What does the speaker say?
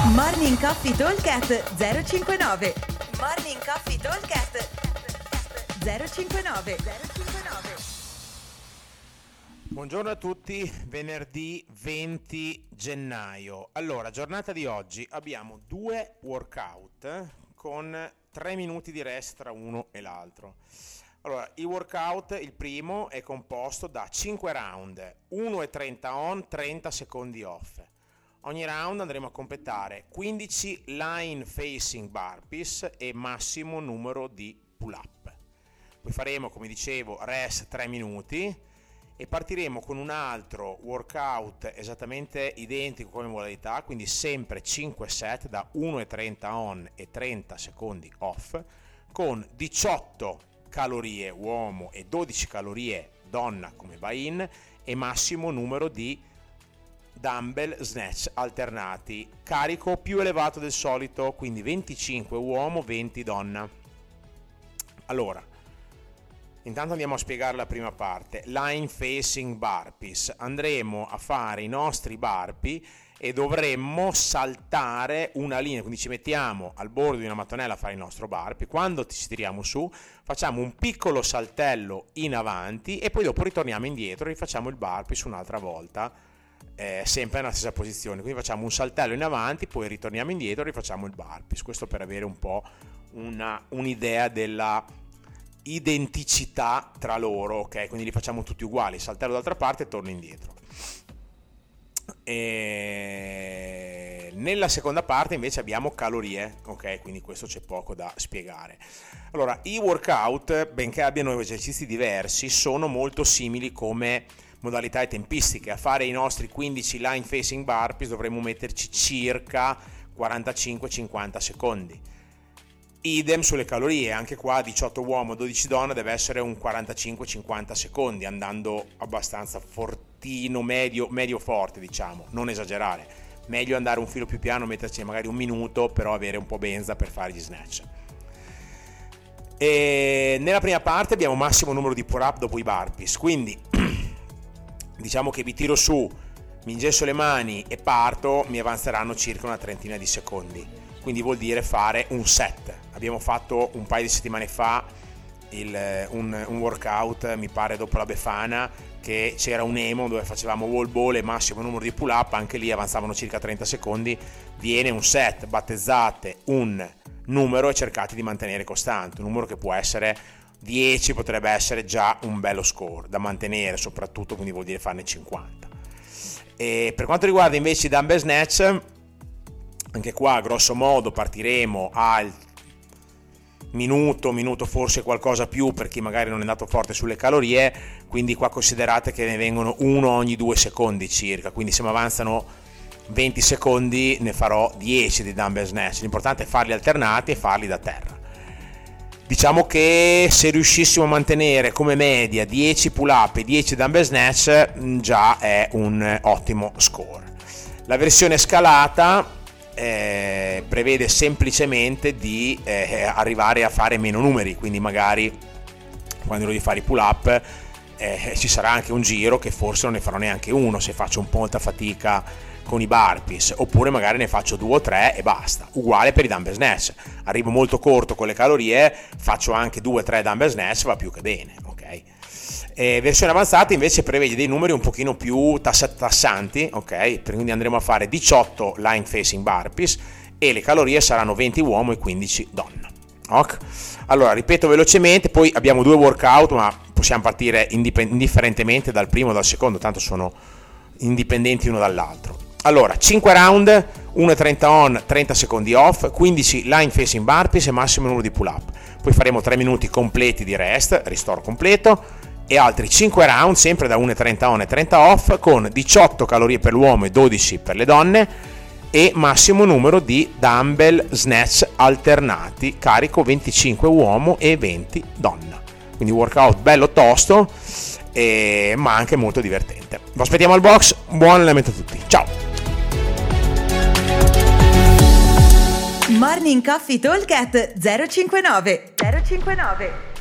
Morning Coffee Talkcast 059. Morning Coffee Talkcast 059. Buongiorno a tutti, venerdì 20 gennaio. Allora, giornata di oggi abbiamo 2 workout con 3 minuti di rest tra uno e l'altro. Allora, il workout, il primo, è composto da 5 round, 1,30 on, 30 secondi off. Ogni round andremo a completare 15 line facing burpees e massimo numero di pull up. Poi faremo, come dicevo, rest 3 minuti e partiremo con un altro workout esattamente identico come modalità, quindi sempre 5 set da 1,30 on e 30 secondi off, con 18 calorie uomo e 12 calorie donna come buy-in e massimo numero di dumbbell snatch alternati, carico più elevato del solito, quindi 25 uomo, 20 donna. Allora, intanto andiamo a spiegare la prima parte. Line facing burpees. Andremo a fare i nostri burpee e dovremmo saltare una linea, quindi ci mettiamo al bordo di una mattonella a fare il nostro burpee. Quando ci tiriamo su facciamo un piccolo saltello in avanti e poi dopo ritorniamo indietro e rifacciamo il burpee su un'altra volta, sempre nella stessa posizione. Quindi facciamo un saltello in avanti, poi ritorniamo indietro e rifacciamo il burpee. Questo per avere un po' un'idea della identicità tra loro, ok? Quindi li facciamo tutti uguali, saltello dall'altra parte e torno indietro. E nella seconda parte invece abbiamo calorie, ok? Quindi questo c'è poco da spiegare. Allora, i workout, benché abbiano esercizi diversi, sono molto simili come modalità e tempistiche. A fare i nostri 15 line facing burpees dovremmo metterci circa 45-50 secondi. Idem sulle calorie, anche qua 18 uomo, 12 donna deve essere un 45-50 secondi, andando abbastanza fortino, medio forte, diciamo, non esagerare. Meglio andare un filo più piano, metterci magari un minuto, però avere un po' benza per fare gli snatch. E nella prima parte abbiamo massimo numero di pull up dopo i burpees, quindi diciamo che vi tiro su, mi ingesso le mani e parto, mi avanzeranno circa una trentina di secondi. Quindi vuol dire fare un set. Abbiamo fatto un paio di settimane fa un workout, mi pare dopo la Befana, che c'era un emo dove facevamo wall ball e massimo numero di pull up, anche lì avanzavano circa 30 secondi. Viene un set, battezzate un numero e cercate di mantenere costante, un numero che può essere 10, potrebbe essere già un bello score da mantenere soprattutto, quindi vuol dire farne 50. E per quanto riguarda invece i dumbbell snatch, anche qua grosso modo partiremo al minuto forse qualcosa più per chi magari non è andato forte sulle calorie, quindi qua considerate che ne vengono uno ogni 2 secondi circa, quindi se mi avanzano 20 secondi ne farò 10 di dumbbell snatch. L'importante è farli alternati e farli da terra. Diciamo che se riuscissimo a mantenere come media 10 pull up e 10 dumbbell snatch già è un ottimo score. La versione scalata prevede semplicemente di arrivare a fare meno numeri, quindi magari quando devo fare i pull up ci sarà anche un giro che forse non ne farò neanche uno se faccio un po' molta fatica con i burpees, oppure magari ne faccio 2 o 3 e basta. Uguale per i dumbbell snatch, arrivo molto corto con le calorie, faccio anche 2 o 3 dumbbell snatch, va più che bene, ok? Versione avanzata invece prevede dei numeri un pochino più tassanti, ok? Quindi andremo a fare 18 line facing burpees e le calorie saranno 20 uomo e 15 donna, ok? Allora ripeto velocemente, poi abbiamo 2 workout, ma possiamo partire indifferentemente dal primo o dal secondo, tanto sono indipendenti uno dall'altro. Allora, 5 round, 1,30 on, 30 secondi off, 15 line facing burpees e massimo numero di pull up. Poi faremo 3 minuti completi di rest, ristoro completo, e altri 5 round, sempre da 1,30 on e 30 off, con 18 calorie per l'uomo e 12 per le donne, e massimo numero di dumbbell snatch alternati, carico 25 uomo e 20 donna. Quindi workout bello tosto, ma anche molto divertente. Vi aspettiamo al box, buon allenamento a tutti, ciao! Morning Coffee Talkcast 059.